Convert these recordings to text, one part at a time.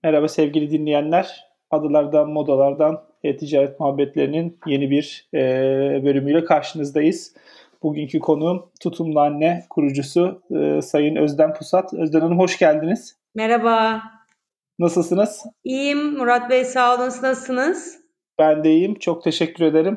Merhaba sevgili dinleyenler. Adalardan, modalardan, ticaret muhabbetlerinin yeni bir bölümüyle karşınızdayız. Bugünkü konuğum Tutumlu Anne kurucusu Sayın Özden Pusat. Özden Hanım hoş geldiniz. Merhaba. Nasılsınız? İyiyim Murat Bey, sağ olun. Siz nasılsınız? Ben de iyiyim. Çok teşekkür ederim.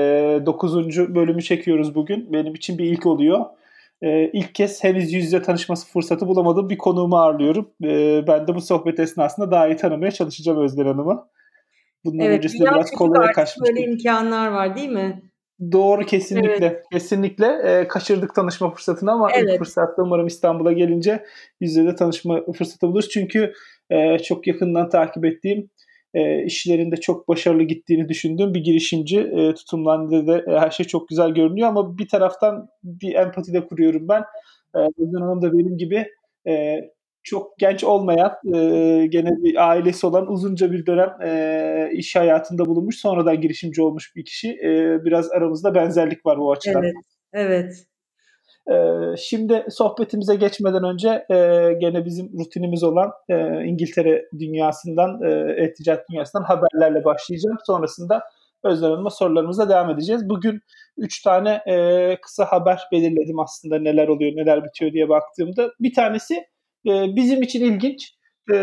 9. bölümü çekiyoruz bugün. Benim için bir ilk oluyor. İlk kez henüz yüz yüze tanışması fırsatı bulamadığım bir konuğumu ağırlıyorum. Ben de bu sohbet esnasında daha iyi tanımaya çalışacağım Özden Hanım'ı. Bundan Evet, öncesinde dünya biraz küçük kolaya artık böyle kaçmıştık. imkanlar var değil mi? Doğru, Evet, kesinlikle. Kesinlikle kaçırdık tanışma fırsatını ama ilk evet, fırsatta umarım İstanbul'a gelince yüz yüze de tanışma fırsatı buluruz. Çünkü çok yakından takip ettiğim, işlerinde çok başarılı gittiğini düşündüğüm bir girişimci. Tutumlu Anne'de de her şey çok güzel görünüyor ama bir taraftan bir empati de kuruyorum ben. Özden Hanım da benim gibi e, çok genç olmayan, gene bir ailesi olan uzunca bir dönem iş hayatında bulunmuş, sonradan girişimci olmuş bir kişi. Biraz aramızda benzerlik var bu açıdan. evet, evet, Şimdi sohbetimize geçmeden önce gene bizim rutinimiz olan İngiltere dünyasından, ticaret dünyasından haberlerle başlayacağım. Sonrasında Özlem Hanım'a sorularımıza devam edeceğiz. Bugün 3 tane kısa haber belirledim aslında neler oluyor, neler bitiyor diye baktığımda. Bir tanesi bizim için ilginç.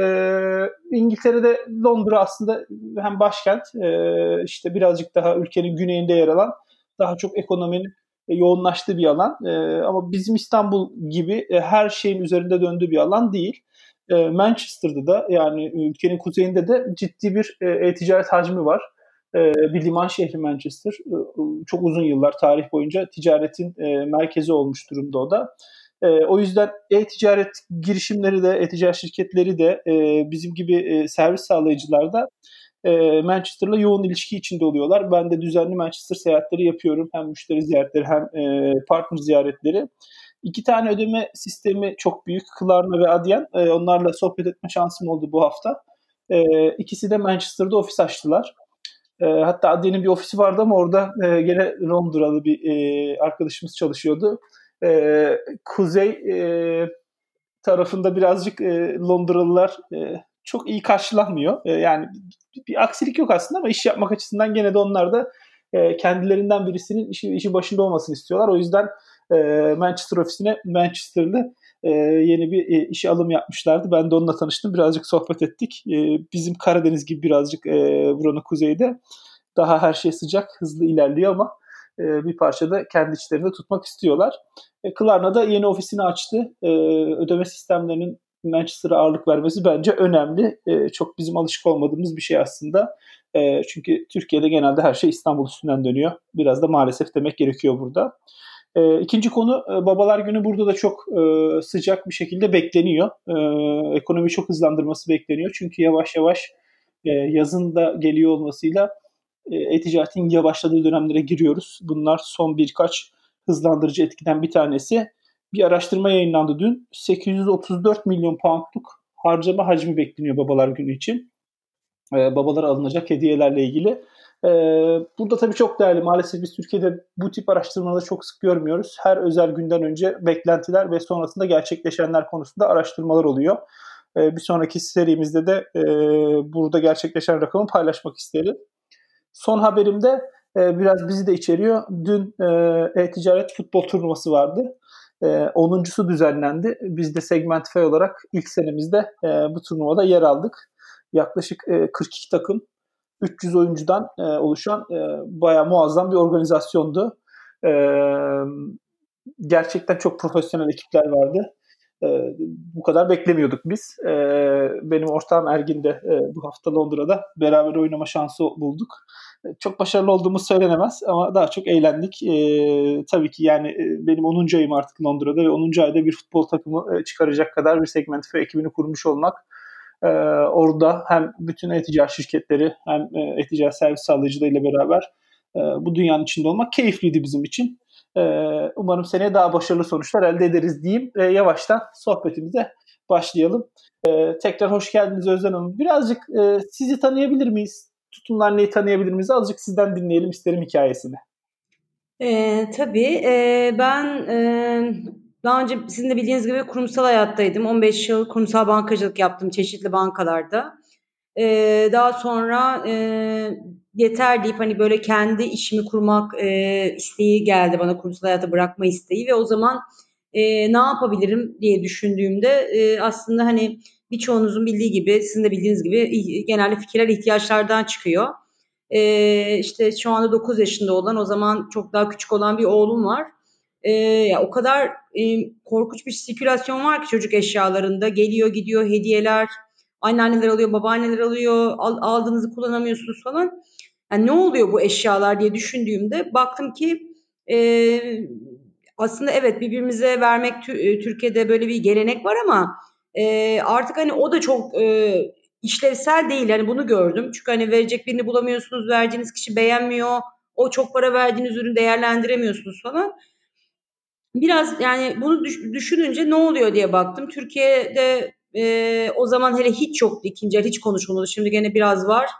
İngiltere'de Londra aslında hem başkent, işte birazcık daha ülkenin güneyinde yer alan, daha çok ekonominin yoğunlaştığı bir alan. Ama bizim İstanbul gibi her şeyin üzerinde döndüğü bir alan değil. Manchester'da da, yani ülkenin kuzeyinde de ciddi bir ticaret hacmi var. Bir liman şehri Manchester. Çok uzun yıllar tarih boyunca ticaretin merkezi olmuş durumda o da. O yüzden e-ticaret girişimleri de, e-ticaret şirketleri de bizim gibi servis sağlayıcılar da Manchester'la yoğun ilişki içinde oluyorlar. Ben de düzenli Manchester seyahatleri yapıyorum. Hem müşteri ziyaretleri hem partner ziyaretleri. İki tane ödeme sistemi çok büyük. Klarna ve Adyen. Onlarla sohbet etme şansım oldu bu hafta. İkisi de Manchester'da ofis açtılar. Hatta Adyen'in bir ofisi vardı ama orada gene Londra'lı bir arkadaşımız çalışıyordu. Kuzey tarafında birazcık Londralılar çok iyi karşılanmıyor. Yani bir aksilik yok aslında ama iş yapmak açısından gene de onlar da kendilerinden birisinin işi başında olmasını istiyorlar. O yüzden Manchester ofisine Manchester'lı yeni bir işe alım yapmışlardı. Ben de onunla tanıştım. Birazcık sohbet ettik. Bizim Karadeniz gibi birazcık buranın kuzeyde daha her şey sıcak, hızlı ilerliyor ama bir parça da kendi içlerinde tutmak istiyorlar. Klarna da yeni ofisini açtı. Ödeme sistemlerinin Manchester'a ağırlık vermesi bence önemli. Çok bizim alışık olmadığımız bir şey aslında. Çünkü Türkiye'de genelde her şey İstanbul üstünden dönüyor. Biraz da maalesef demek gerekiyor burada. İkinci konu, Babalar Günü burada da çok sıcak bir şekilde bekleniyor. Ekonomi çok hızlandırması bekleniyor. Çünkü yavaş yavaş yazın da geliyor olmasıyla e-ticaretin yavaşladığı dönemlere giriyoruz. Bunlar son birkaç hızlandırıcı etkiden bir tanesi. Bir araştırma yayınlandı dün. 834 milyon poundluk harcama hacmi bekleniyor Babalar Günü için. Babalara alınacak hediyelerle ilgili. Burada tabii çok değerli. Maalesef biz Türkiye'de bu tip araştırmaları çok sık görmüyoruz. Her özel günden önce beklentiler ve sonrasında gerçekleşenler konusunda araştırmalar oluyor. Bir sonraki serimizde de burada gerçekleşen rakamı paylaşmak isterim. Son haberimde biraz bizi de içeriyor. Dün e-ticaret futbol turnuvası vardı. 10.'su düzenlendi. Biz de Segment F olarak ilk senemizde bu turnuvada yer aldık. Yaklaşık 42 takım, 300 oyuncudan oluşan bayağı muazzam bir organizasyondu. E, Gerçekten çok profesyonel ekipler vardı. Bu kadar beklemiyorduk biz. Benim ortağım Ergin de bu hafta Londra'da beraber oynama şansı bulduk. Çok başarılı olduğumuz söylenemez ama daha çok eğlendik. Tabii ki yani benim 10. ayım artık Londra'da ve 10. ayda bir futbol takımı çıkaracak kadar bir Segment F ekibini kurmuş olmak, orada hem bütün e-ticaret şirketleri hem e-ticaret servis sağlayıcılarıyla beraber bu dünyanın içinde olmak keyifliydi bizim için. Umarım seneye daha başarılı sonuçlar elde ederiz diyeyim. Yavaştan sohbetimize başlayalım. Tekrar hoş geldiniz Özden Hanım. Birazcık sizi tanıyabilir miyiz? Tutumlu Anne'yi tanıyabilir miyiz? Azıcık sizden dinleyelim isterim hikayesini. tabii. Ben daha önce sizin de bildiğiniz gibi kurumsal hayattaydım. 15 yıl kurumsal bankacılık yaptım çeşitli bankalarda. Daha sonra yeter deyip hani böyle kendi işimi kurmak isteği geldi bana, kurumsal hayatı bırakma isteği ve o zaman ne yapabilirim diye düşündüğümde aslında hani birçoğunuzun bildiği gibi, sizin de bildiğiniz gibi genelde fikirler ihtiyaçlardan çıkıyor. İşte şu anda 9 yaşında olan, o zaman çok daha küçük olan bir oğlum var. Ya o kadar korkunç bir sirkülasyon var ki çocuk eşyalarında. Geliyor gidiyor hediyeler, anneanneler alıyor, babaanneler alıyor, aldığınızı kullanamıyorsunuz falan. Yani ne oluyor bu eşyalar diye düşündüğümde baktım ki aslında evet, birbirimize vermek Türkiye'de böyle bir gelenek var ama artık hani o da çok işlevsel değil. Hani bunu gördüm. Çünkü hani verecek birini bulamıyorsunuz, verdiğiniz kişi beğenmiyor, o çok para verdiğiniz ürünü değerlendiremiyorsunuz falan. Biraz yani bunu düşününce ne oluyor diye baktım. Türkiye'de o zaman hele hiç yoktu ikinci el, hiç konuşulmadı. Şimdi gene biraz var.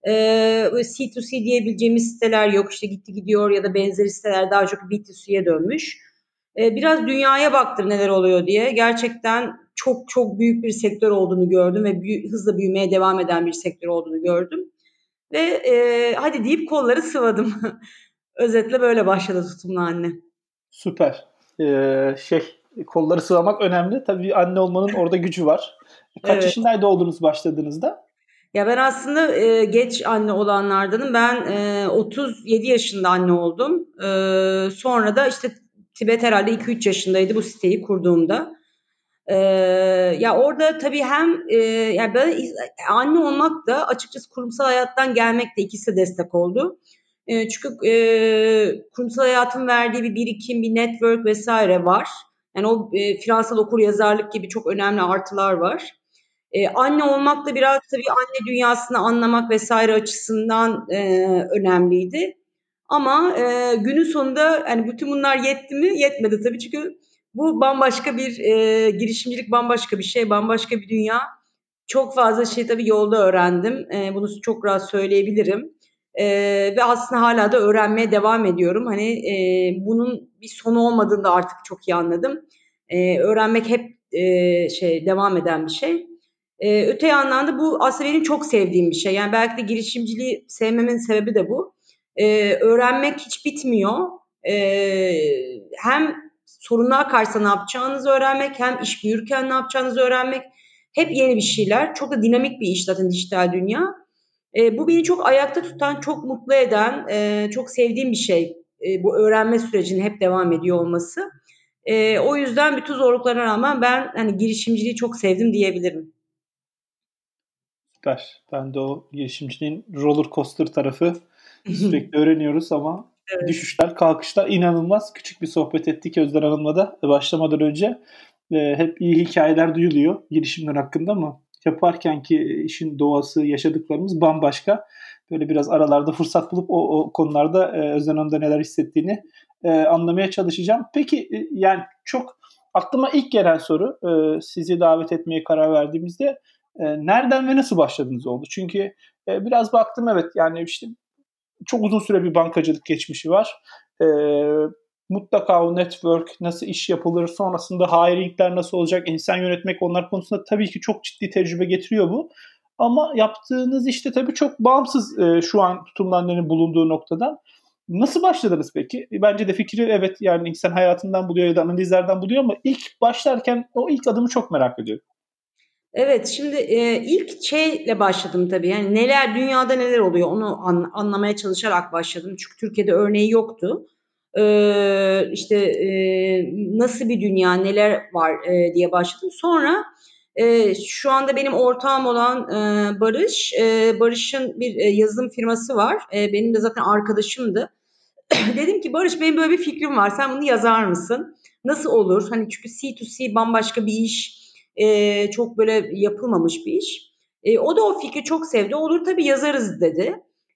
C2C diyebileceğimiz siteler yok. İşte Gitti Gidiyor ya da benzeri siteler daha çok B2C'ye dönmüş. Biraz dünyaya baktır neler oluyor diye. Gerçekten çok çok büyük bir sektör olduğunu gördüm ve hızla büyümeye devam eden bir sektör olduğunu gördüm. Ve hadi deyip kolları sıvadım. Özetle böyle başladı tutumlu anne. Süper. Şey, kolları sıvamak önemli. Tabii anne olmanın orada gücü var. Kaç Evet. yaşındaydı oldunuz başladığınızda? Ya ben aslında geç anne olanlardanım. Ben 37 yaşında anne oldum. Sonra da işte Tibet herhalde 2-3 yaşındaydı bu siteyi kurduğumda. Ee, Ya orada tabii hem yani ben anne olmak da açıkçası kurumsal hayattan gelmek de, ikisi de destek oldu. Çünkü kurumsal hayatın verdiği bir birikim, bir network vesaire var. Yani o finansal okuryazarlık gibi çok önemli artılar var. Anne olmak da biraz tabii anne dünyasını anlamak vesaire açısından önemliydi. Ama günün sonunda hani bütün bunlar yetti mi? Yetmedi tabii, çünkü bu bambaşka bir girişimcilik, bambaşka bir şey, bambaşka bir dünya. Çok fazla şey tabii yolda öğrendim. Bunu çok rahat söyleyebilirim. Ve aslında hala da öğrenmeye devam ediyorum. Hani bunun bir sonu olmadığını da artık çok iyi anladım. Öğrenmek hep devam eden bir şey. Öte yandan da bu aslında benim çok sevdiğim bir şey. Yani belki de girişimciliği sevmemin sebebi de bu. Öğrenmek hiç bitmiyor. Hem sorunlar karşısında ne yapacağınızı öğrenmek, hem iş büyürken ne yapacağınızı öğrenmek. Hep yeni bir şeyler. Çok da dinamik bir iş zaten dijital dünya. Bu beni çok ayakta tutan, çok mutlu eden, çok sevdiğim bir şey. Bu öğrenme sürecinin hep devam ediyor olması. O yüzden bütün zorluklarına rağmen ben hani girişimciliği çok sevdim diyebilirim. Süper. Ben de o girişimciliğin roller coaster tarafı, sürekli öğreniyoruz ama Evet. düşüşler, kalkışlar inanılmaz. Küçük bir sohbet ettik Özden Hanım'la da başlamadan önce. Hep iyi hikayeler duyuluyor girişimler hakkında ama yaparken ki işin doğası, yaşadıklarımız bambaşka. Böyle biraz aralarda fırsat bulup o konularda Özden Hanım'da neler hissettiğini anlamaya çalışacağım. Peki yani çok aklıma ilk gelen soru, sizi davet etmeye karar verdiğimizde nereden ve nasıl başladınız oldu? Çünkü biraz baktım, evet, yani işte çok uzun süre bir bankacılık geçmişi var. E, Mutlaka o network, nasıl iş yapılır, sonrasında hiringler nasıl olacak, insan yönetmek, onlar konusunda tabii ki çok ciddi tecrübe getiriyor bu. Ama yaptığınız işte tabii çok bağımsız şu an tutumlu annenin bulunduğu noktadan. Nasıl başladınız peki? Bence de fikri, evet, yani insan hayatından buluyor ya da analizlerden buluyor ama ilk başlarken o ilk adımı çok merak ediyorum. Evet, şimdi ilk şeyle başladım tabii. Yani dünyada neler oluyor onu anlamaya çalışarak başladım. Çünkü Türkiye'de örneği yoktu. İşte nasıl bir dünya, neler var diye başladım. Sonra şu anda benim ortağım olan Barış, Barış'ın bir yazılım firması var. Benim de zaten arkadaşımdı. Dedim ki Barış, benim böyle bir fikrim var. Sen bunu yazar mısın? Nasıl olur? Hani çünkü C2C bambaşka bir iş. Çok böyle yapılmamış bir iş. O da o fikri çok sevdi. Olur tabii, yazarız dedi.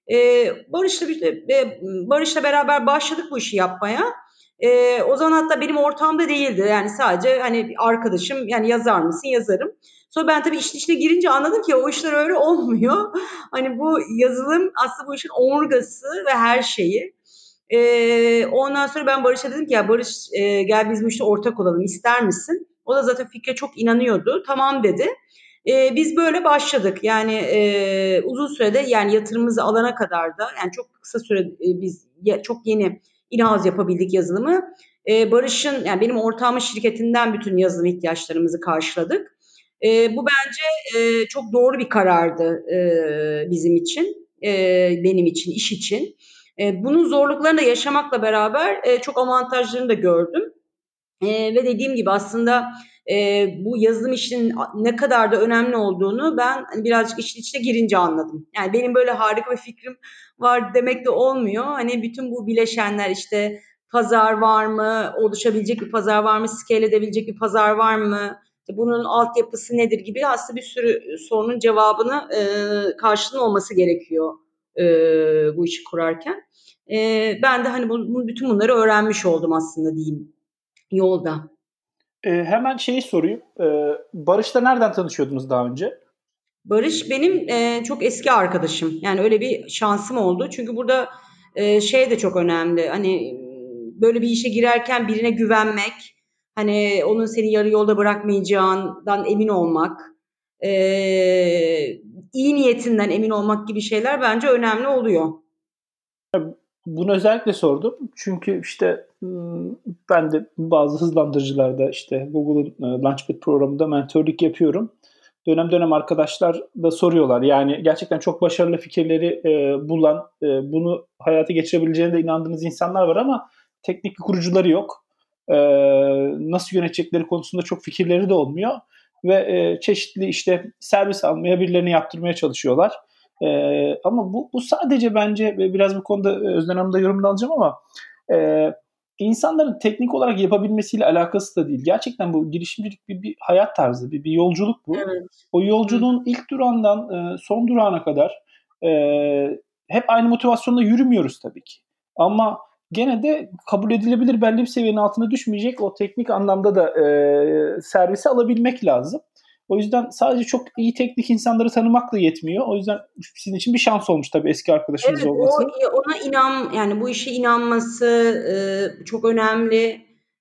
Barış'la beraber başladık bu işi yapmaya. O zaman hatta benim ortağım da değildi. Yani sadece hani bir arkadaşım, yani yazar mısın? Yazarım. Sonra ben tabii işin içine girince anladım ki o işler öyle olmuyor. Hani bu yazılım aslında bu işin omurgası ve her şeyi. Ondan sonra ben Barış'a dedim ki ya Barış, gel biz bu işte ortak olalım, ister misin? O da zaten fikre çok inanıyordu. Tamam dedi. Biz böyle başladık. Yani uzun sürede yani yatırımımızı alana kadar da yani çok kısa süre biz çok yeni in-house yapabildik yazılımı. Barış'ın yani benim ortağımın şirketinden bütün yazılım ihtiyaçlarımızı karşıladık. Bu bence çok doğru bir karardı bizim için, benim için, iş için. Bunun zorluklarını da yaşamakla beraber çok avantajlarını da gördüm. Ve dediğim gibi aslında bu yazılım işinin ne kadar da önemli olduğunu ben hani birazcık işin içine girince anladım. Yani benim böyle harika bir fikrim var demek de olmuyor. Hani bütün bu bileşenler işte pazar var mı, oluşabilecek bir pazar var mı, scale edebilecek bir pazar var mı, işte bunun altyapısı nedir gibi aslında bir sürü sorunun cevabını karşılığında olması gerekiyor bu işi kurarken. Ben de hani bütün bunları öğrenmiş oldum aslında diyeyim yolda. Hemen şeyi sorayım. Barış'la nereden tanışıyordunuz daha önce? Barış benim çok eski arkadaşım. Yani öyle bir şansım oldu. Çünkü burada şey de çok önemli. Hani böyle bir işe girerken birine güvenmek, hani onun seni yarı yolda bırakmayacağından emin olmak, e, iyi niyetinden emin olmak gibi şeyler bence önemli oluyor. Bunu özellikle sordum. Çünkü işte ben de bazı hızlandırıcılarda işte Google'ın Launchpad programında mentörlük yapıyorum. Dönem dönem arkadaşlar da soruyorlar. Yani gerçekten çok başarılı fikirleri bulan, bunu hayata geçirebileceğine de inandığınız insanlar var ama teknik bir kurucuları yok. E, Nasıl yönetecekleri konusunda çok fikirleri de olmuyor. Ve çeşitli işte servis almaya, birilerini yaptırmaya çalışıyorlar. Ama bu sadece bence biraz bu konuda Özden Hanım'da yorumunu alacağım ama e, insanların teknik olarak yapabilmesiyle alakası da değil. Gerçekten bu girişimcilik bir hayat tarzı, bir yolculuk bu. Evet. O Hı. yolculuğun ilk durağından son durağına kadar e, hep aynı motivasyonla yürümüyoruz tabii ki. Ama gene de kabul edilebilir belli bir seviyenin altına düşmeyecek o teknik anlamda da servisi alabilmek lazım. O yüzden sadece çok iyi teknik insanları tanımakla yetmiyor. O yüzden sizin için bir şans olmuş tabii eski arkadaşınız Evet, o olması. ona yani bu işe inanması çok önemli.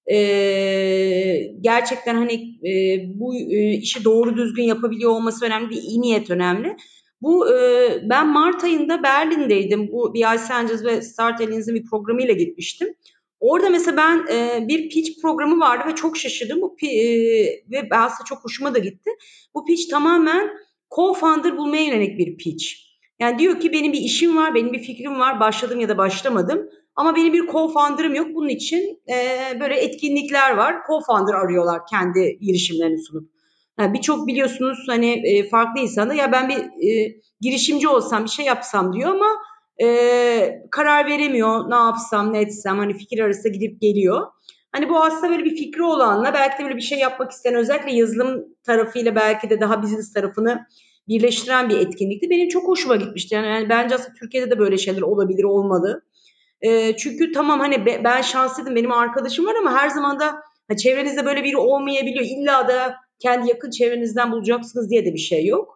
Gerçekten hani bu işi doğru düzgün yapabiliyor olması önemli, bir iyi niyet önemli. Bu ben Mart ayında Berlin'deydim. Bu BI Sanchez ve Start Align's'in bir programıyla gitmiştim. Orada mesela ben bir pitch programı vardı ve çok şaşırdım. Ve aslında çok hoşuma da gitti. Bu pitch tamamen co-founder bulmaya yönelik bir pitch. Yani diyor ki benim bir işim var, benim bir fikrim var, başladım ya da başlamadım. Ama benim bir co-founder'ım yok. Bunun için böyle etkinlikler var. Co-founder arıyorlar kendi girişimlerini sunup. Yani birçok biliyorsunuz hani farklı insanda ya ben bir girişimci olsam bir şey yapsam diyor ama karar veremiyor. Ne yapsam, ne etsem hani fikir arasında gidip geliyor. Hani bu aslında böyle bir fikri olanla belki de böyle bir şey yapmak isteyen özellikle yazılım tarafıyla belki de daha business tarafını birleştiren bir etkinlikti. Benim çok hoşuma gitmişti. Yani bence aslında Türkiye'de de böyle şeyler olabilir, olmalı. Çünkü tamam hani ben şanslıydım, benim arkadaşım var ama her zaman da çevrenizde böyle biri olmayabiliyor. İlla da kendi yakın çevrenizden bulacaksınız diye de bir şey yok.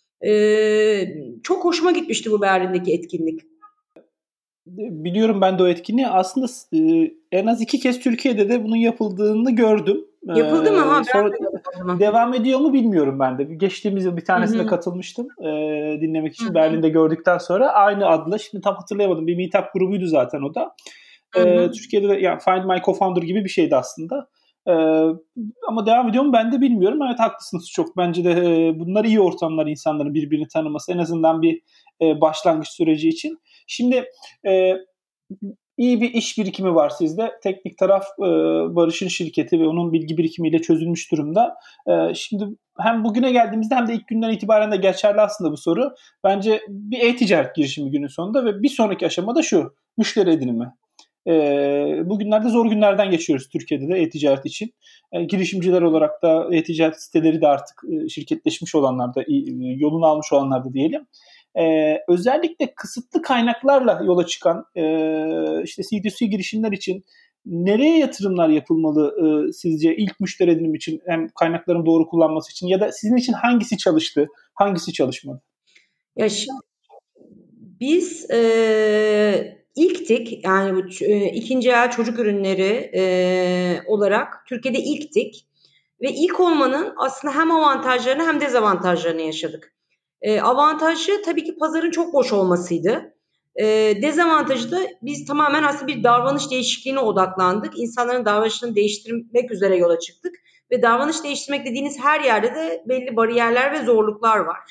Çok hoşuma gitmişti bu Berlin'deki etkinlik. Biliyorum ben de o etkinliği. Aslında en az 2 kez Türkiye'de de bunun yapıldığını gördüm. Yapıldı mı? Ha ben Sonra duymadım o zaman. devam ediyor mu bilmiyorum ben de. Geçtiğimiz yıl bir Hı tanesine hı. katılmıştım dinlemek Hı için. hı. Berlin'de gördükten sonra aynı adla. Şimdi tam hatırlayamadım. Bir meetup grubuydu zaten o da. Hı hı. Türkiye'de de yani Find My Co-Founder gibi bir şeydi aslında. Ee, Ama devam ediyor mu ben de bilmiyorum. Evet haklısınız çok. Bence de bunlar iyi ortamlar insanların birbirini tanıması. En azından bir başlangıç süreci için. Şimdi e, iyi bir iş birikimi var sizde. Teknik taraf Barış'ın şirketi ve onun bilgi birikimiyle çözülmüş durumda. Şimdi hem bugüne geldiğimizde hem de ilk günden itibaren de geçerli aslında bu soru. Bence bir e-ticaret girişimi günün sonunda ve bir sonraki aşamada şu. Müşteri edinimi. Bugünlerde zor günlerden geçiyoruz Türkiye'de de e-ticaret için. Girişimciler olarak da e-ticaret siteleri de artık şirketleşmiş olanlar da yolunu almış olanlar da diyelim. Özellikle kısıtlı kaynaklarla yola çıkan işte C2C girişimler için nereye yatırımlar yapılmalı sizce ilk müşteri edinim için hem kaynakların doğru kullanması için ya da sizin için hangisi çalıştı, hangisi çalışmadı? Ya şimdi biz ilktik yani bu ikinci el çocuk ürünleri olarak Türkiye'de ilktik. Ve ilk olmanın aslında hem avantajlarını hem dezavantajlarını yaşadık. Avantajı tabii ki pazarın çok boş olmasıydı. Dezavantajı da biz tamamen aslında bir davranış değişikliğine odaklandık. İnsanların davranışını değiştirmek üzere yola çıktık. Ve davranış değiştirmek dediğiniz her yerde de belli bariyerler ve zorluklar var.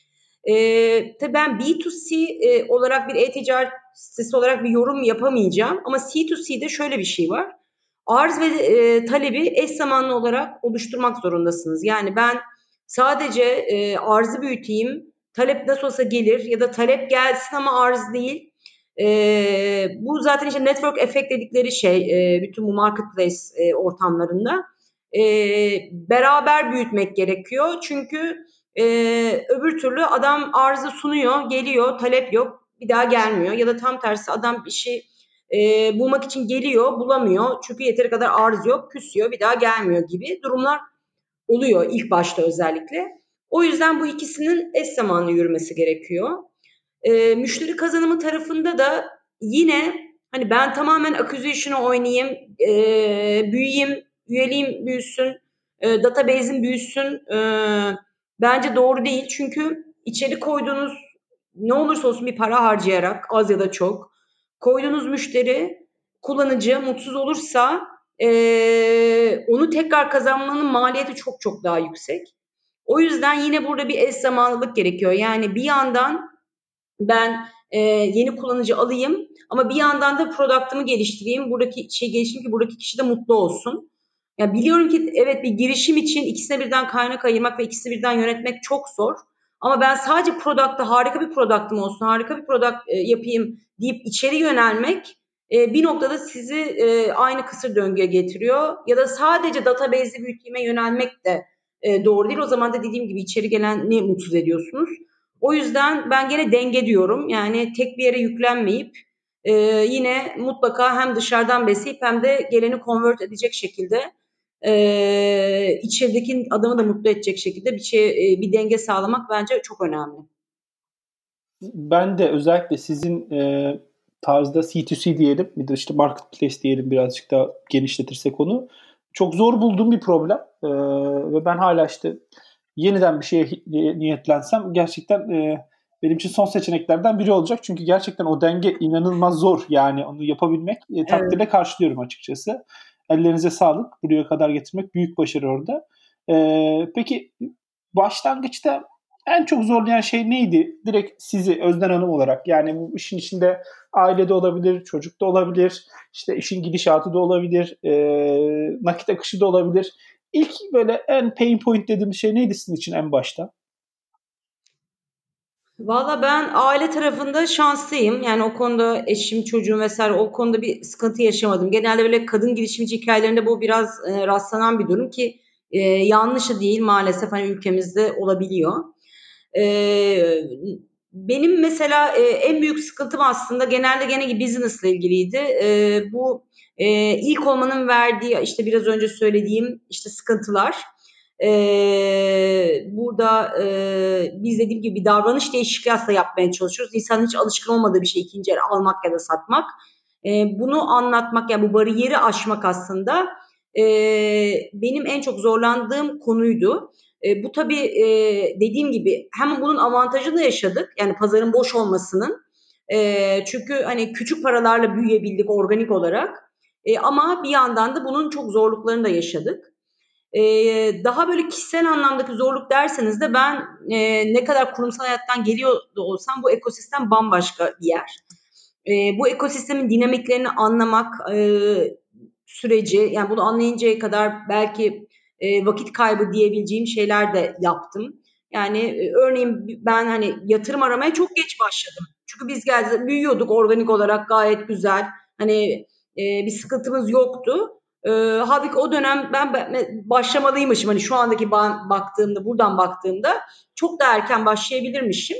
Tabii ben B2C olarak bir e-ticaret sitesi olarak bir yorum yapamayacağım. Ama C2C'de şöyle bir şey var. Arz ve talebi eş zamanlı olarak oluşturmak zorundasınız. Yani ben sadece arzı büyüteyim, talep nasıl olsa gelir ya da talep gelsin ama arz değil. Bu zaten işte network effect dedikleri şey bütün bu marketplace ortamlarında. Beraber büyütmek gerekiyor. Çünkü öbür türlü adam arzı sunuyor, geliyor, talep yok, bir daha gelmiyor. Ya da tam tersi adam bir şey bulmak için geliyor, bulamıyor. Çünkü yeteri kadar arz yok, küsüyor, bir daha gelmiyor gibi durumlar oluyor ilk başta özellikle. O yüzden bu ikisinin eş zamanlı yürümesi gerekiyor. Müşteri kazanımı tarafında da yine hani ben tamamen acquisition'ı oynayayım, büyüyeyim, üyeliğim büyüsün, database'im büyüsün. Bence doğru değil. Çünkü içeri koyduğunuz ne olursa olsun bir para harcayarak az ya da çok koyduğunuz müşteri, kullanıcı mutsuz olursa onu tekrar kazanmanın maliyeti çok çok daha yüksek. O yüzden yine burada bir eş zamanlılık gerekiyor. Yani bir yandan ben yeni kullanıcı alayım ama bir yandan da product'ımı geliştireyim. Buradaki şey geliştireyim ki buradaki kişi de mutlu olsun. Ya biliyorum ki evet bir girişim için ikisine birden kaynak ayırmak ve ikisini birden yönetmek çok zor. Ama ben sadece product'ta harika bir product'ım olsun, harika bir product yapayım deyip içeri yönelmek bir noktada sizi aynı kısır döngüye getiriyor. Ya da sadece database'i büyütmeye yönelmek de doğru değil. O zaman da dediğim gibi içeri geleni mutsuz ediyorsunuz. O yüzden ben gene denge diyorum. Yani tek bir yere yüklenmeyip yine mutlaka hem dışarıdan besleyip hem de geleni convert edecek şekilde içerideki adamı da mutlu edecek şekilde bir denge sağlamak bence çok önemli. Ben de özellikle sizin tarzda C2C diyelim, bir de işte marketplace diyelim birazcık daha genişletirsek onu. Çok zor bulduğum bir problem. Ve ben hala işte yeniden bir şeye niyetlensem gerçekten benim için son seçeneklerden biri olacak. Çünkü gerçekten o denge inanılmaz zor. Yani onu yapabilmek takdirle Evet. karşılıyorum açıkçası. Ellerinize sağlık. Buraya kadar getirmek büyük başarı orada. Peki başlangıçta en çok zorlayan şey neydi? Direkt sizi Özden Hanım olarak. Yani bu işin içinde aile de olabilir, çocuk da olabilir, işte işin gidişatı da olabilir, nakit akışı da olabilir. İlk böyle en pain point dediğim şey neydi sizin için en başta? Valla ben aile tarafında şanslıyım. Yani o konuda eşim, çocuğum vesaire o konuda bir sıkıntı yaşamadım. Genelde böyle kadın girişimci hikayelerinde bu biraz rastlanan bir durum ki yanlışı değil maalesef hani ülkemizde olabiliyor. Ee, Benim mesela en büyük sıkıntım aslında genelde gene business ile ilgiliydi. Bu ilk olmanın verdiği işte biraz önce söylediğim işte sıkıntılar. Burada biz dediğim gibi bir davranış değişikliği aslında yapmaya çalışıyoruz. İnsanın hiç alışkın olmadığı bir şey ikinci el almak ya da satmak. Bunu anlatmak yani bu bariyeri aşmak aslında benim en çok zorlandığım konuydu. Bu tabii dediğim gibi hem bunun avantajını yaşadık yani pazarın boş olmasının çünkü hani küçük paralarla büyüyebildik organik olarak ama bir yandan da bunun çok zorluklarını da yaşadık. Daha böyle kişisel anlamdaki zorluk derseniz de ben ne kadar kurumsal hayattan geliyor da olsam bu ekosistem bambaşka bir yer. Bu ekosistemin dinamiklerini anlamak süreci yani bunu anlayıncaya kadar belki vakit kaybı diyebileceğim şeyler de yaptım. Yani örneğin ben hani yatırım aramaya çok geç başladım. Çünkü biz geldik büyüyorduk organik olarak gayet güzel. Hani bir sıkıntımız yoktu. Halbuki o dönem ben başlamalıymışım. Hani şu andaki baktığımda, buradan baktığımda çok da erken başlayabilirmişim.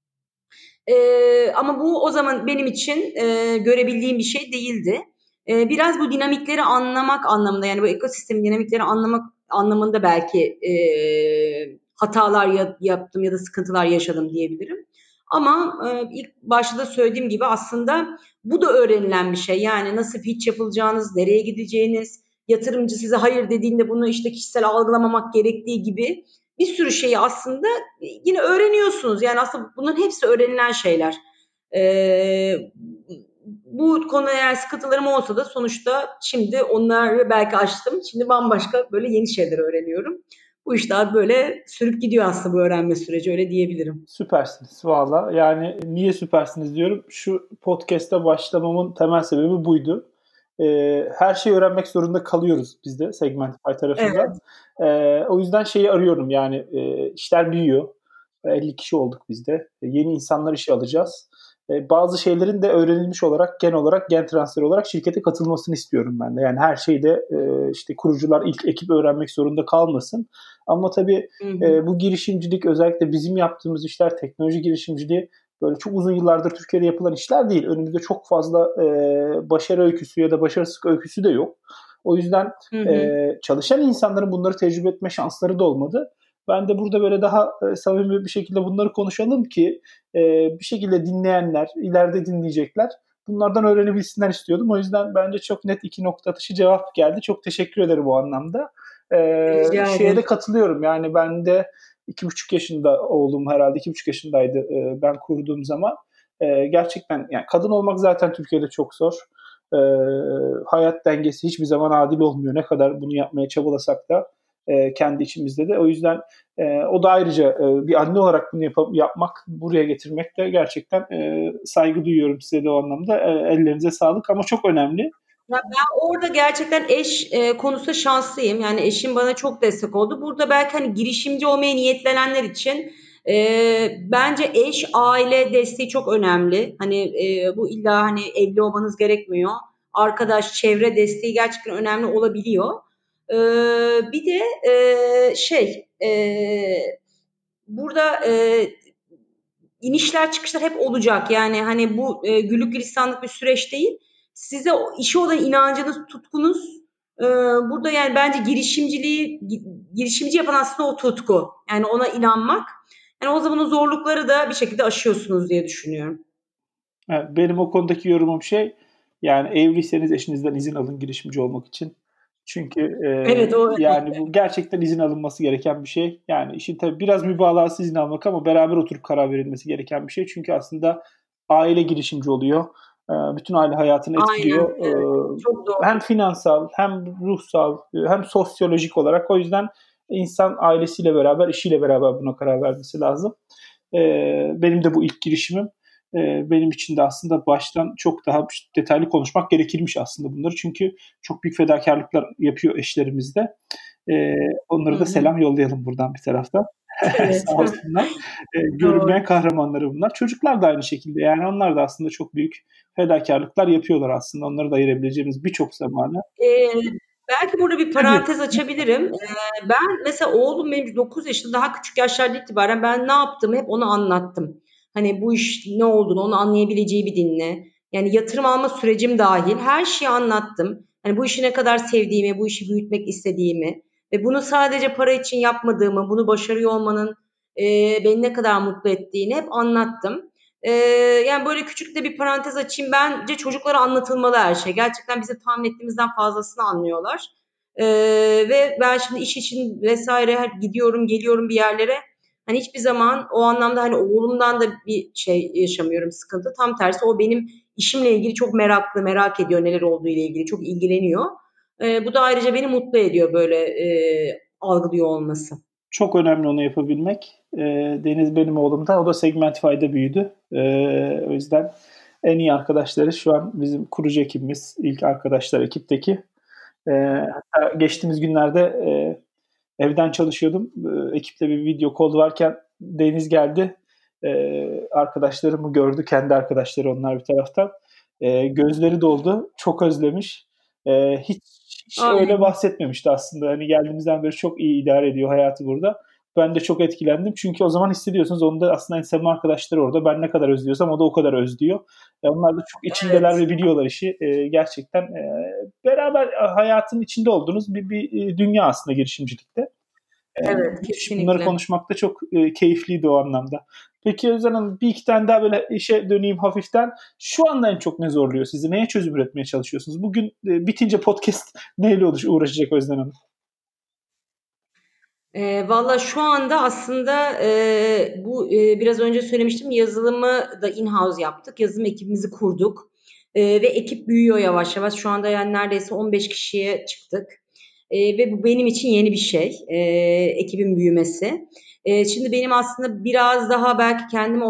Ama bu o zaman benim için görebildiğim bir şey değildi. Biraz bu dinamikleri anlamak anlamında yani bu ekosistemin dinamikleri anlamak anlamında belki hatalar yaptım ya da sıkıntılar yaşadım diyebilirim. Ama ilk başta da söylediğim gibi aslında bu da öğrenilen bir şey. Yani nasıl pitch yapılacağınız, nereye gideceğiniz, yatırımcı size hayır dediğinde bunu işte kişisel algılamamak gerektiği gibi bir sürü şeyi aslında yine öğreniyorsunuz. Yani aslında bunların hepsi öğrenilen şeyler. Bu konuda eğer sıkıntılarım olsa da sonuçta şimdi onları belki aştım. Şimdi bambaşka böyle yeni şeyler öğreniyorum. Bu iş daha böyle sürüp gidiyor aslında bu öğrenme süreci, öyle diyebilirim. Süpersiniz valla. Yani niye süpersiniz diyorum. Şu podcast'a başlamamın temel sebebi buydu. Her şeyi öğrenmek zorunda kalıyoruz biz de Segmentify tarafından. Evet. O yüzden şeyi arıyorum yani işler büyüyor. 50 kişi olduk biz de. Yeni insanlar işe alacağız. Bazı şeylerin de öğrenilmiş olarak gen transferi olarak şirkete katılmasını istiyorum ben de. Yani her şeyde işte kurucular ilk ekip öğrenmek zorunda kalmasın. Ama tabii bu girişimcilik özellikle bizim yaptığımız işler teknoloji girişimciliği böyle çok uzun yıllardır Türkiye'de yapılan işler değil. Önümüzde çok fazla başarı öyküsü ya da başarısızlık öyküsü de yok. O yüzden çalışan insanların bunları tecrübe etme şansları da olmadı. Ben de burada böyle daha samimi bir şekilde bunları konuşalım ki bir şekilde dinleyenler, ileride dinleyecekler. Bunlardan öğrenebilsinler istiyordum. O yüzden bence çok net 2 nokta atışı cevap geldi. Çok teşekkür ederim bu anlamda. Şeye de katılıyorum. Yani ben de 2,5 yaşında oğlum herhalde 2,5 yaşındaydı ben kurduğum zaman. Gerçekten yani kadın olmak zaten Türkiye'de çok zor. Hayat dengesi hiçbir zaman adil olmuyor. Ne kadar bunu yapmaya çabalasak da kendi içimizde de. O yüzden o da ayrıca bir anne olarak bunu yapmak, buraya getirmek de gerçekten saygı duyuyorum size de o anlamda. Ellerinize sağlık ama çok önemli. Ya ben orada gerçekten eş konusunda şanslıyım. Yani eşim bana çok destek oldu. Burada belki hani girişimci olmaya niyetlenenler için bence eş, aile desteği çok önemli. Hani bu illa hani evli olmanız gerekmiyor. Arkadaş, çevre desteği gerçekten önemli olabiliyor. Bir de burada inişler çıkışlar hep olacak. Yani hani bu güllük gülistanlık bir süreç değil. Size işe olan inancınız, tutkunuz burada yani bence girişimci yapan aslında o tutku. Yani ona inanmak. Yani o zaman o zorlukları da bir şekilde aşıyorsunuz diye düşünüyorum. Evet, benim o konudaki yorumum yani evliyseniz eşinizden izin alın girişimci olmak için. Çünkü Evet o yani bu gerçekten izin alınması gereken bir şey. Yani işin tabii biraz mübalağası izin almak ama beraber oturup karar verilmesi gereken bir şey. Çünkü aslında aile girişimci oluyor. Bütün aile hayatını aynen etkiliyor. evet. Çok Hem doğru. finansal hem ruhsal hem sosyolojik olarak. O yüzden insan ailesiyle beraber, işiyle beraber buna karar vermesi lazım. Benim de bu ilk girişimim. Benim için de aslında baştan çok daha detaylı konuşmak gerekirmiş aslında bunları. Çünkü çok büyük fedakarlıklar yapıyor eşlerimiz de. Onlara da selam yollayalım buradan bir taraftan. Evet. Sağ olsunlar. Görünmeyen kahramanları bunlar. Çocuklar da aynı şekilde. Yani onlar da aslında çok büyük fedakarlıklar yapıyorlar aslında. Onları da ayırabileceğimiz birçok zamanı. Eee, belki burada bir Tabii. parantez açabilirim. Ben mesela oğlum benim 9 yaşında daha küçük yaşlarda itibaren ben ne yaptığımı hep ona anlattım. Hani bu iş ne olduğunu onu anlayabileceği bir dinle. Yani yatırım alma sürecim dahil her şeyi anlattım. Hani bu işi ne kadar sevdiğimi, bu işi büyütmek istediğimi ve bunu sadece para için yapmadığımı, bunu başarıyor olmanın beni ne kadar mutlu ettiğini hep anlattım. Ee, yani böyle küçük de bir parantez açayım. Bence çocuklara anlatılmalı her şey. Gerçekten bizim tahmin ettiğimizden fazlasını anlıyorlar. Ve ben şimdi iş için vesaire gidiyorum, geliyorum bir yerlere. Hani hiçbir zaman o anlamda hani oğlumdan da bir şey yaşamıyorum, sıkıntı. Tam tersi o benim işimle ilgili çok meraklı, merak ediyor neler olduğu ile ilgili. Çok ilgileniyor. Bu da ayrıca beni mutlu ediyor böyle algılıyor olması. Çok önemli onu yapabilmek. Deniz benim oğlum da. O da Segmentify'da büyüdü. O yüzden en iyi arkadaşları şu an bizim kurucu ekibimiz. İlk arkadaşlar ekipteki. Hatta geçtiğimiz günlerde evden çalışıyordum. Ekiple bir video call varken Deniz geldi. Arkadaşlarımı gördü. Kendi arkadaşları onlar bir taraftan. Gözleri doldu. Çok özlemiş. Hiç öyle Ay, bahsetmemişti aslında. Hani geldiğimizden beri çok iyi idare ediyor hayatı burada. Ben de çok etkilendim. Çünkü o zaman hissediyorsunuz onun da aslında sevme arkadaşları orada. Ben ne kadar özlüyorsam o da o kadar özlüyor. Onlar da çok içindeler evet. ve biliyorlar işi. Gerçekten beraber hayatın içinde olduğunuz bir dünya aslında girişimcilikte. Evet, Bunları kesinlikle. konuşmak da çok keyifliydi o anlamda. Peki Özlem Hanım, bir iki tane daha böyle işe döneyim hafiften. Şu anda en çok ne zorluyor sizi? Neye çözüm üretmeye çalışıyorsunuz? Bugün bitince podcast neyle uğraşacak Özlem Hanım? Valla şu anda aslında bu biraz önce söylemiştim, yazılımı da in-house yaptık. Yazılım ekibimizi kurduk. Ve ekip büyüyor yavaş yavaş. Şu anda yani neredeyse 15 kişiye çıktık. Ve bu benim için yeni bir şey. Ekibin büyümesi. Şimdi benim aslında biraz daha belki kendimi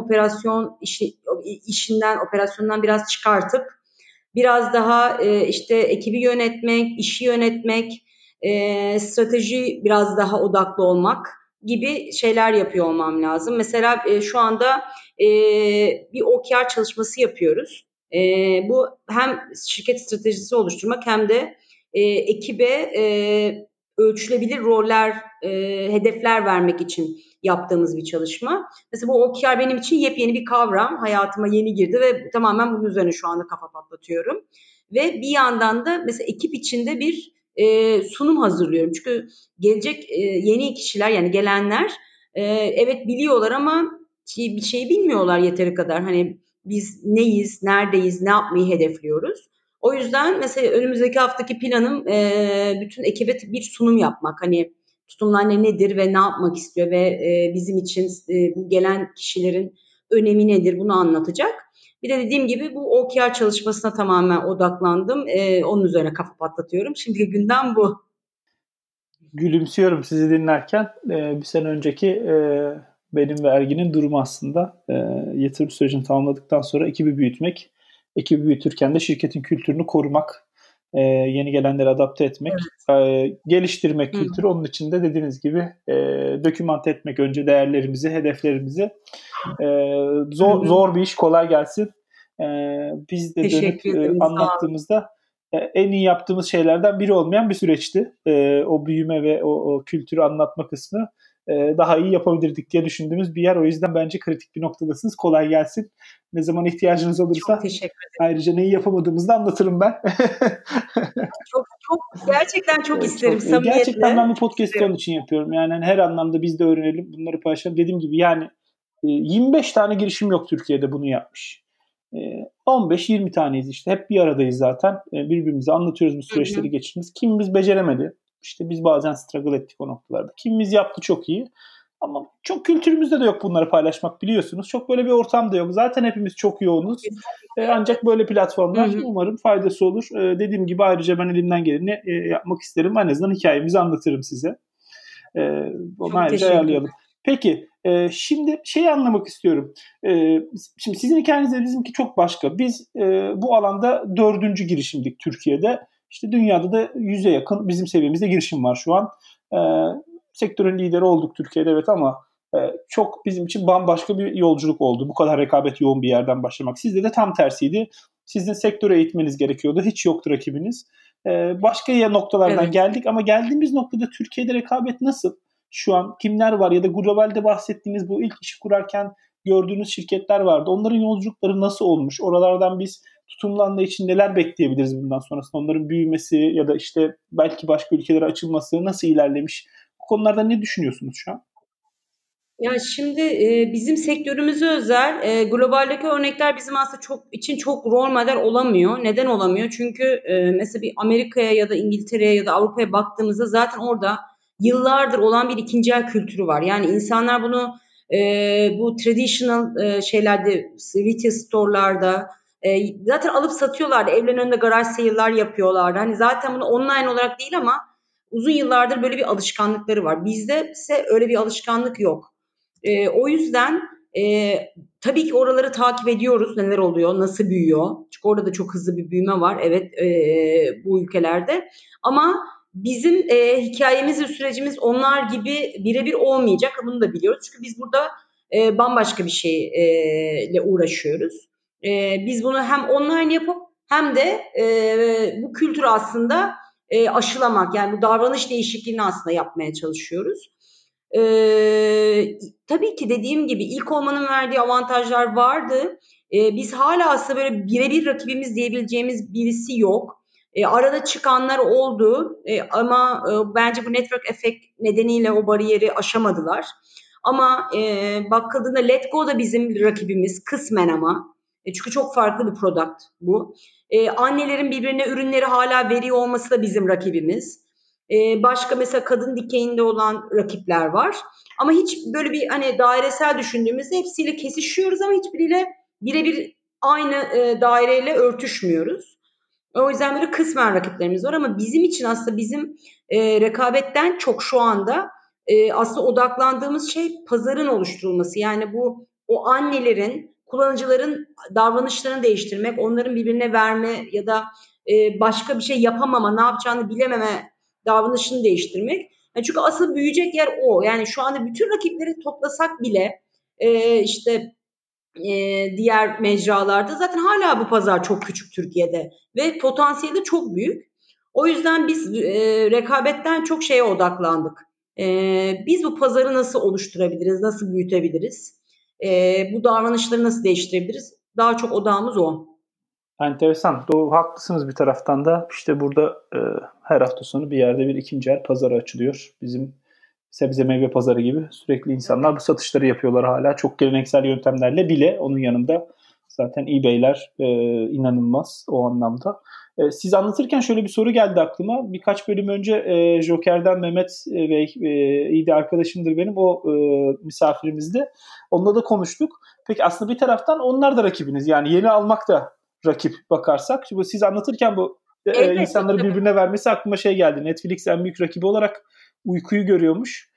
operasyondan biraz çıkartıp biraz daha işte ekibi yönetmek, işi yönetmek, strateji biraz daha odaklı olmak gibi şeyler yapıyor olmam lazım. Mesela şu anda bir OKR çalışması yapıyoruz. Bu hem şirket stratejisi oluşturmak hem de ekibe ölçülebilir roller, hedefler vermek için yaptığımız bir çalışma. Mesela bu OKR benim için yepyeni bir kavram. Hayatıma yeni girdi ve tamamen bunun üzerine şu anda kafa patlatıyorum. Ve bir yandan da mesela ekip içinde bir sunum hazırlıyorum. Çünkü gelecek yeni kişiler, yani gelenler evet biliyorlar ama bir şey bilmiyorlar yeteri kadar. Hani biz neyiz, neredeyiz, ne yapmayı hedefliyoruz. O yüzden mesela önümüzdeki haftaki planım bütün ekibe bir sunum yapmak. Hani tutumlar nedir ve ne yapmak istiyor ve bizim için bu gelen kişilerin önemi nedir, bunu anlatacak. Bir de dediğim gibi bu OKR çalışmasına tamamen odaklandım. Onun üzerine kafa patlatıyorum. Şimdiki gündem bu. Gülümsüyorum sizi dinlerken. Bir sene önceki benim ve Ergin'in durumu aslında. Yatırım sürecini tamamladıktan sonra ekibi büyütmek. Ekibi büyütürken de şirketin kültürünü korumak, yeni gelenleri adapte etmek, geliştirmek Hı. kültürü. Onun için de dediğiniz gibi dokümante etmek önce değerlerimizi, hedeflerimizi. Zor, Hı hı. zor bir iş, kolay gelsin. Biz de dönüp Teşekkür ederim. Sağ olun. anlattığımızda en iyi yaptığımız şeylerden biri olmayan bir süreçti. O büyüme ve o kültürü anlatma kısmı daha iyi yapabilirdik diye düşündüğümüz bir yer. O yüzden bence kritik bir noktadasınız. Kolay gelsin. Ne zaman ihtiyacınız Çok olursa teşekkür ederim. ayrıca neyi yapamadığımızı da anlatırım ben. Çok gerçekten çok isterim. Gerçekten Samimiyetle ben bu çok podcast'i onun isterim. için yapıyorum. Yani her anlamda biz de öğrenelim, bunları paylaşalım. Dediğim gibi yani 25 tane girişim yok Türkiye'de bunu yapmış. 15-20 taneyiz işte. Hep bir aradayız zaten. Birbirimize anlatıyoruz bu Hı hı. süreçleri geçirdiğimiz. Kimimiz beceremedi. İşte biz bazen struggle ettik o noktalarda. Kimimiz yaptı çok iyi. Ama çok kültürümüzde de yok bunları paylaşmak, biliyorsunuz. Çok böyle bir ortam da yok. Zaten hepimiz çok yoğunuz. Ancak böyle Hı platformlar hı. umarım faydası olur. Dediğim gibi ayrıca ben elimden geleni yapmak isterim. En azından hikayemizi anlatırım size. Onu Çok ayrıca teşekkür ayarlayalım. ederim. Peki, şimdi şeyi anlamak istiyorum. Şimdi sizin hikayenizle bizimki çok başka. Biz bu alanda 4. girişimdik Türkiye'de. İşte dünyada da 100'e yakın bizim seviyemizde girişim var şu an. E, Sektörün lideri olduk Türkiye'de, evet, ama çok bizim için bambaşka bir yolculuk oldu. Bu kadar rekabet yoğun bir yerden başlamak. Sizde de tam tersiydi. Sizin sektöre eğitmeniz gerekiyordu. Hiç yoktu rakibiniz. Başka noktalardan Evet. geldik ama geldiğimiz noktada Türkiye'de rekabet nasıl? Şu an kimler var ya da globalde bahsettiğiniz bu ilk işi kurarken gördüğünüz şirketler vardı. Onların yolculukları nasıl olmuş? Oralardan biz tutumlu anlayış için neler bekleyebiliriz bundan sonrasında? Onların büyümesi ya da işte belki başka ülkelere açılması nasıl ilerlemiş? Bu konularda ne düşünüyorsunuz şu an? Ya şimdi bizim sektörümüze özel globaldeki örnekler bizim aslında çok rol model olamıyor. Neden olamıyor? Çünkü mesela bir Amerika'ya ya da İngiltere'ye ya da Avrupa'ya baktığımızda zaten orada yıllardır olan bir ikinci el kültürü var. Yani insanlar bunu bu traditional şeylerde, retail store'larda zaten alıp satıyorlardı. Evlerin önünde garaj sale'lar yapıyorlardı. Hani zaten bunu online olarak değil ama uzun yıllardır böyle bir alışkanlıkları var. Bizde ise öyle bir alışkanlık yok. O yüzden tabii ki oraları takip ediyoruz. Neler oluyor, nasıl büyüyor. Çünkü orada da çok hızlı bir büyüme var. Evet, bu ülkelerde. Ama bizim hikayemiz ve sürecimiz onlar gibi birebir olmayacak. Bunu da biliyoruz. Çünkü biz burada bambaşka bir şeyle uğraşıyoruz. Biz bunu hem online yapıp hem de bu kültürü aslında aşılamak, yani bu davranış değişikliğini aslında yapmaya çalışıyoruz. Tabii ki dediğim gibi ilk olmanın verdiği avantajlar vardı. Biz hala aslında böyle birebir rakibimiz diyebileceğimiz birisi yok. Arada çıkanlar oldu ama bence bu network effect nedeniyle o bariyeri aşamadılar. Ama bakıldığında Letgo da bizim rakibimiz kısmen ama. Çünkü çok farklı bir product bu. Annelerin birbirine ürünleri hala veriyor olması da bizim rakibimiz. Başka mesela kadın dikeyinde olan rakipler var. Ama hiç böyle bir hani dairesel düşündüğümüzde hepsiyle kesişiyoruz ama hiçbiriyle birebir aynı daireyle örtüşmüyoruz. O yüzden böyle kısmen rakiplerimiz var ama bizim için aslında bizim rekabetten çok şu anda aslında odaklandığımız şey pazarın oluşturulması. Yani bu o annelerin, kullanıcıların davranışlarını değiştirmek, onların birbirine verme ya da başka bir şey yapamama, ne yapacağını bilememe davranışını değiştirmek. Yani çünkü asıl büyüyecek yer o. Yani şu anda bütün rakipleri toplasak bile işte diğer mecralarda zaten hala bu pazar çok küçük Türkiye'de ve potansiyeli çok büyük. O yüzden biz rekabetten çok şeye odaklandık. Biz bu pazarı nasıl oluşturabiliriz, nasıl büyütebiliriz, bu davranışları nasıl değiştirebiliriz? Daha çok odağımız o. Enteresan. Doğru, haklısınız bir taraftan da. İşte burada her hafta sonu bir yerde bir ikinci el pazarı açılıyor. Bizim sebze meyve pazarı gibi sürekli insanlar bu satışları yapıyorlar hala. Çok geleneksel yöntemlerle bile onun yanında zaten eBay'ler inanılmaz o anlamda. Siz anlatırken şöyle bir soru geldi aklıma. Birkaç bölüm önce Joker'den Mehmet Bey, iyi de arkadaşımdır benim, o misafirimizdi. Onunla da konuştuk. Peki aslında bir taraftan onlar da rakibiniz. Yani yeni almak da rakip bakarsak. Şimdi siz anlatırken bu insanları birbirine vermesi aklıma şey geldi. Netflix en büyük rakibi olarak uykuyu görüyormuş.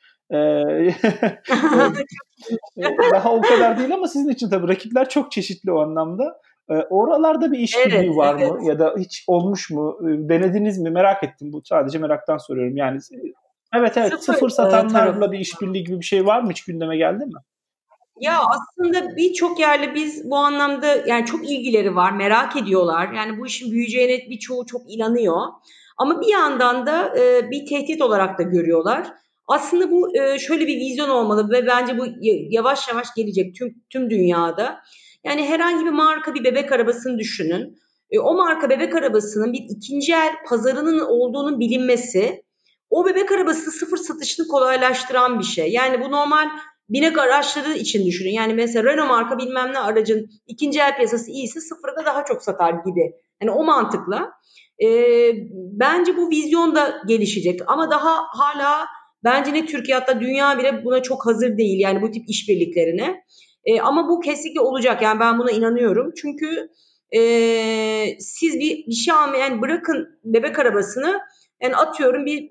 Daha o kadar değil ama sizin için tabii rakipler çok çeşitli o anlamda. Oralarda bir işbirliği var mı? Ya da hiç olmuş mu? Denediniz mi? Merak ettim. Bu sadece meraktan soruyorum. Yani evet sıfır satanlarla bir işbirliği gibi bir şey var mı? Hiç gündeme geldi mi? Ya aslında birçok yerle biz bu anlamda yani çok ilgileri var, merak ediyorlar. Yani bu işin büyüyeceğine birçoğu çok inanıyor. Ama bir yandan da bir tehdit olarak da görüyorlar. Aslında bu şöyle bir vizyon olmalı ve bence bu yavaş yavaş gelecek tüm dünyada. Yani herhangi bir marka bir bebek arabasını düşünün. O marka bebek arabasının bir ikinci el pazarının olduğunun bilinmesi, o bebek arabası sıfır satışını kolaylaştıran bir şey. Yani bu normal binek araçları için düşünün. Yani mesela Renault marka bilmem ne aracın ikinci el piyasası iyiyse sıfırda daha çok satar gibi. Yani o mantıkla. Bence bu vizyon da gelişecek. Ama daha hala bence ne Türkiye hatta dünya bile buna çok hazır değil. Yani bu tip işbirliklerine. Ama bu kesinlikle olacak. Yani ben buna inanıyorum. Çünkü siz bir şey almayın. Yani bırakın bebek arabasını. Yani atıyorum bir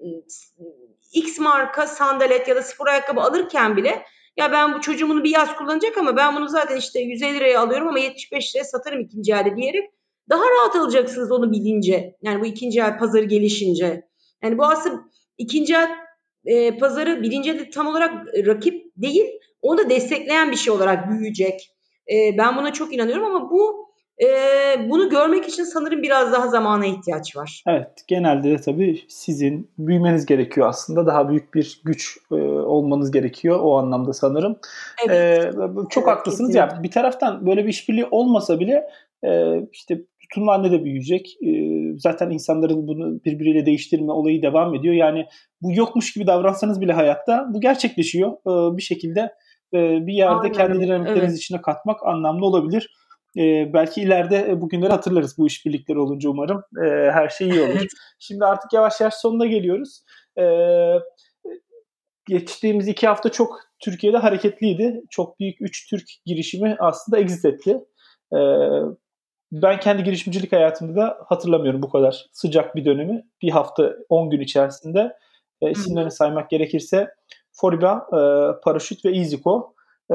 X marka sandalet ya da spor ayakkabı alırken bile ya ben bu çocuğum bunu bir yaz kullanacak ama ben bunu zaten işte 150 liraya alıyorum ama 75 liraya satarım ikinci elde diyerek daha rahat alacaksınız onu bilince. Yani bu ikinci el pazarı gelişince. Yani bu aslında ikinci el pazarı birinci elde tam olarak rakip değil, onu da destekleyen bir şey olarak büyüyecek. Ben buna çok inanıyorum ama bunu görmek için sanırım biraz daha zamana ihtiyaç var. Evet, genelde de tabii sizin büyümeniz gerekiyor aslında. Daha büyük bir güç olmanız gerekiyor o anlamda sanırım. Evet. Çok Evet, haklısınız. kesinlikle. Ya bir taraftan böyle bir işbirliği olmasa bile işte tutumlu anne de büyüyecek. Zaten insanların bunu birbiriyle değiştirme olayı devam ediyor. Yani bu yokmuş gibi davransanız bile hayatta bu gerçekleşiyor. Bir şekilde bir yerde Aynen kendi öyle. dinamikleriniz Evet. içine katmak anlamlı olabilir. Belki ileride bugünleri hatırlarız bu işbirlikleri olunca umarım. Her şey iyi olur. Evet. Şimdi artık yavaş yavaş sonuna geliyoruz. Geçtiğimiz 2 hafta çok Türkiye'de hareketliydi. Çok büyük 3 Türk girişimi aslında exit etti. Ee, Ben kendi girişimcilik hayatımda da hatırlamıyorum bu kadar sıcak bir dönemi. Bir hafta 10 gün içerisinde Hı hı. isimlerini saymak gerekirse Foriba, Paraşüt ve EasyCo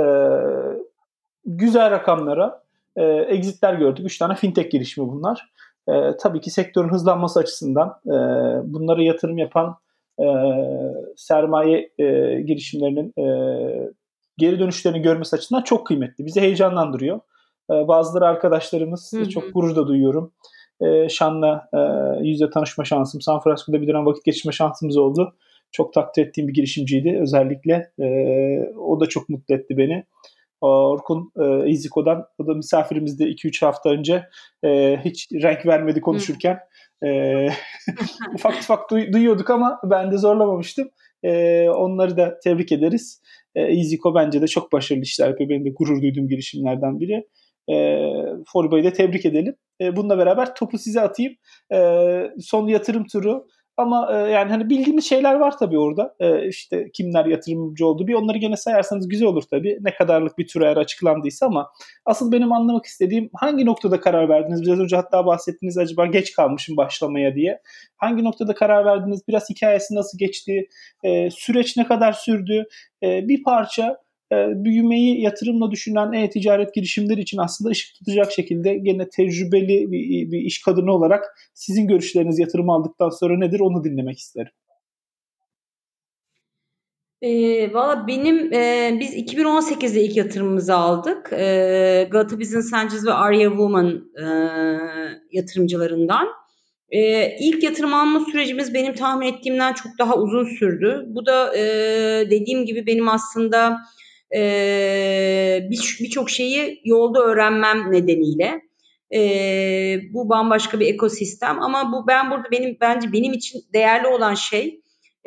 güzel rakamlara exitler gördük. 3 tane fintech girişimi bunlar. Tabii ki sektörün hızlanması açısından bunlara yatırım yapan e, sermaye girişimlerinin geri dönüşlerini görmesi açısından çok kıymetli. Bizi heyecanlandırıyor. Bazıları arkadaşlarımız Hı çok hı. gurur da duyuyorum. Şan'la yüzle tanışma şansım, San Francisco'da bir dönem vakit geçirme şansımız oldu. Çok takdir ettiğim bir girişimciydi özellikle. O da çok mutlu etti beni. Orkun İziko'dan. O da misafirimizdi 2-3 hafta önce. Hiç renk vermedi konuşurken. Ufak ufak duyuyorduk ama ben de zorlamamıştım. Onları da tebrik ederiz. İziko bence de çok başarılı işler yapıyor. Benim de gurur duyduğum girişimlerden biri. Foriba'yı da tebrik edelim. Bununla beraber topu size atayım. Son yatırım turu. Ama yani hani bildiğimiz şeyler var tabii orada. İşte kimler yatırımcı oldu. Bir onları gene sayarsanız güzel olur tabii. Ne kadarlık bir tür eğer açıklandıysa ama asıl benim anlamak istediğim hangi noktada karar verdiniz? Biraz önce hatta bahsettiniz acaba geç kalmışım başlamaya diye. Hangi noktada karar verdiniz? Biraz hikayesi nasıl geçti? Süreç ne kadar sürdü? Bir parça büyümeyi yatırımla düşünen e-ticaret girişimleri için aslında ışık tutacak şekilde gene tecrübeli bir iş kadını olarak sizin görüşleriniz yatırım aldıktan sonra nedir onu dinlemek isterim. Valla biz 2018'de ilk yatırımımızı aldık. Galata Business Angels ve Arya Woman yatırımcılarından. İlk yatırım alma sürecimiz benim tahmin ettiğimden çok daha uzun sürdü. Bu da dediğim gibi benim aslında birçok şeyi yolda öğrenmem nedeniyle. Bu bambaşka bir ekosistem ama bence benim için değerli olan şey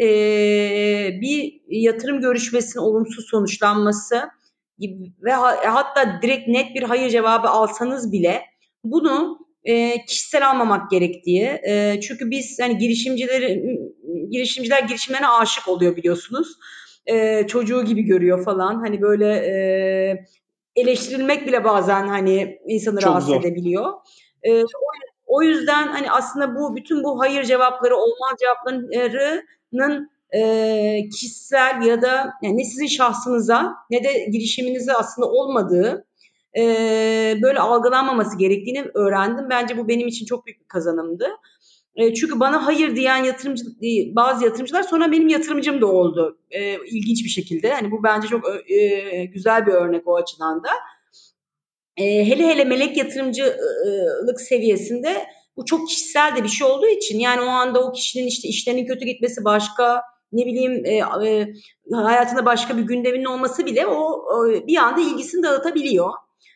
bir yatırım görüşmesinin olumsuz sonuçlanması ve hatta direkt net bir hayır cevabı alsanız bile bunu kişisel almamak gerektiği. Çünkü biz hani girişimciler girişimlerine aşık oluyor biliyorsunuz. Çocuğu gibi görüyor falan. Hani böyle eleştirilmek bile bazen hani insanı Çok rahatsız zor. edebiliyor. O yüzden hani aslında bütün bu hayır cevapları, olmaz cevaplarının kişisel ya da yani ne sizin şahsınıza ne de girişiminize aslında olmadığı böyle algılanmaması gerektiğini öğrendim. Bence bu benim için çok büyük bir kazanımdı. Çünkü bana hayır diyen bazı yatırımcılar sonra benim yatırımcım da oldu. İlginç bir şekilde. Hani bu bence çok güzel bir örnek o açıdan da. Hele melek yatırımcılık seviyesinde bu çok kişisel de bir şey olduğu için yani o anda o kişinin işte işlerinin kötü gitmesi başka ne bileyim hayatında başka bir gündemin olması bile o bir anda ilgisini dağıtabiliyor.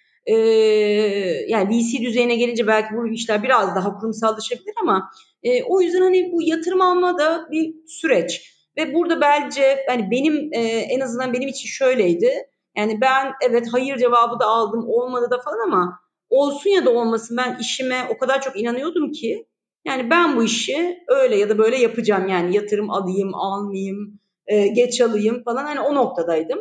Yani VC düzeyine gelince belki bu işler biraz daha kurumsallaşabilir ama o yüzden hani bu yatırım alma da bir süreç ve burada bence hani benim en azından benim için şöyleydi. Yani ben evet hayır cevabı da aldım olmadı da falan ama olsun ya da olmasın ben işime o kadar çok inanıyordum ki yani ben bu işi öyle ya da böyle yapacağım yani yatırım alayım almayayım geç alayım falan hani o noktadaydım.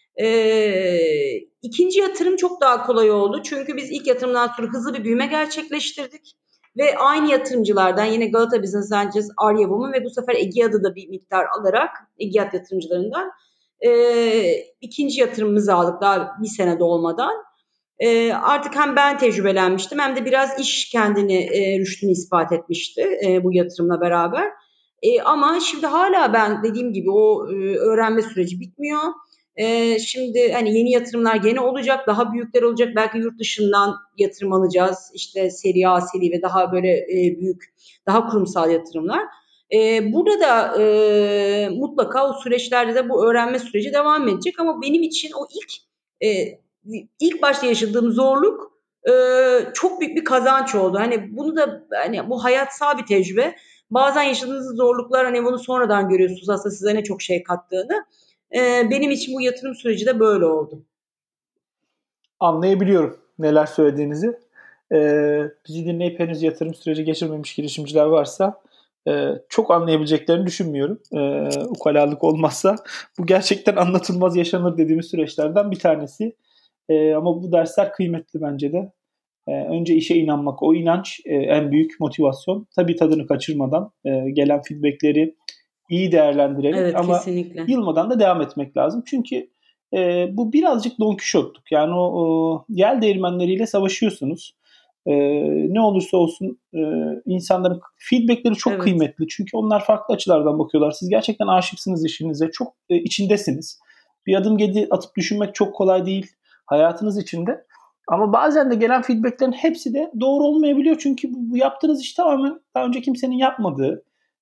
İkinci yatırım çok daha kolay oldu. Çünkü biz ilk yatırımdan sonra hızlı bir büyüme gerçekleştirdik. Ve aynı yatırımcılardan yine Galata Business Angels, Arya Woman ve bu sefer Egea'da da bir miktar alarak Egeat yatırımcılarından ikinci yatırımımızı aldık daha bir sene dolmadan. Artık hem ben tecrübelenmiştim hem de biraz iş kendini rüştünü ispat etmişti bu yatırımla beraber. Ama şimdi hala ben dediğim gibi o öğrenme süreci bitmiyor. Şimdi hani yeni yatırımlar gene olacak, daha büyükler olacak. Belki yurt dışından yatırım alacağız. İşte seri A, seri ve daha böyle büyük, daha kurumsal yatırımlar. Burada da mutlaka o süreçlerde de bu öğrenme süreci devam edecek. Ama benim için o ilk başta yaşadığım zorluk çok büyük bir kazanç oldu. Hani bunu da hani bu hayatsal bir tecrübe. Bazen yaşadığınız zorluklar hani bunu sonradan görüyorsunuz aslında size ne çok şey kattığını. Benim için bu yatırım süreci de böyle oldu. Anlayabiliyorum neler söylediğinizi. Bizi dinleyip henüz yatırım süreci geçirmemiş girişimciler varsa çok anlayabileceklerini düşünmüyorum. Ukalalık olmazsa. Bu gerçekten anlatılmaz yaşanır dediğimiz süreçlerden bir tanesi. Ama bu dersler kıymetli bence de. Önce işe inanmak, o inanç en büyük motivasyon. Tabii tadını kaçırmadan gelen feedbackleri iyi değerlendirerek Evet, ama kesinlikle. yılmadan da devam etmek lazım. Çünkü bu birazcık Don Quixote'luk. Yani o yel değirmenleriyle savaşıyorsunuz. Ne olursa olsun insanların feedbackleri çok Evet. kıymetli. Çünkü onlar farklı açılardan bakıyorlar. Siz gerçekten aşıksınız işinize. Çok içindesiniz. Bir adım geri atıp düşünmek çok kolay değil. Hayatınız içinde. Ama bazen de gelen feedbacklerin hepsi de doğru olmayabiliyor. Çünkü bu yaptığınız iş tamamen daha önce kimsenin yapmadığı.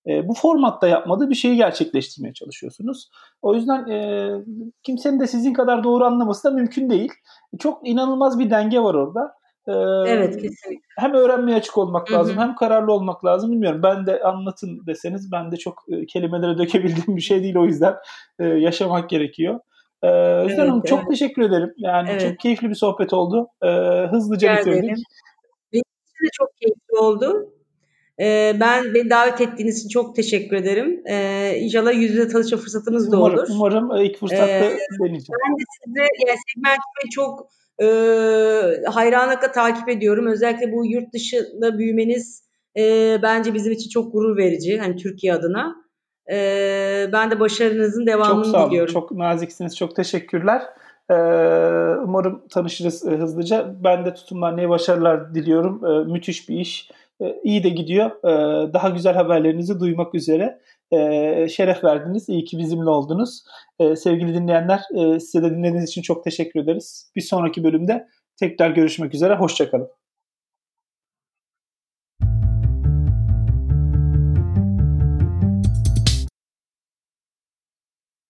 Bu formatta yapmadığı bir şeyi gerçekleştirmeye çalışıyorsunuz. O yüzden kimsenin de sizin kadar doğru anlaması da mümkün değil. Çok inanılmaz bir denge var orada. Evet, kesinlikle. Hem öğrenmeye açık olmak Hı hı. lazım, hem kararlı olmak lazım. Bilmiyorum, ben de anlatın deseniz ben de çok kelimelere dökebildiğim bir şey değil, o yüzden yaşamak gerekiyor. Özden Evet, Hanım, evet, çok teşekkür ederim. Yani evet. çok keyifli bir sohbet oldu. Hızlıca Rica bitirdik. ederim. Benim için de çok keyifli oldu. Beni davet ettiğiniz için çok teşekkür ederim. İnşallah yüz yüze tanışma fırsatımız da olur. Umarım ilk Ee, fırsatta deneyeceğim. Ben de sizi, yani Segment Bey'i çok hayranlıkla takip ediyorum. Özellikle bu yurt dışında büyümeniz bence bizim için çok gurur verici. Hani Türkiye adına. Ben de başarınızın Çok devamını sağ olun. diliyorum. Çok naziksiniz. Çok teşekkürler. Umarım tanışırız hızlıca. Ben de Tutumlu Anne'ye başarılar diliyorum. Müthiş bir iş. İyi de gidiyor. Daha güzel haberlerinizi duymak üzere. Şeref verdiniz. İyi ki bizimle oldunuz. Sevgili dinleyenler, size de dinlediğiniz için çok teşekkür ederiz. Bir sonraki bölümde tekrar görüşmek üzere. Hoşça kalın.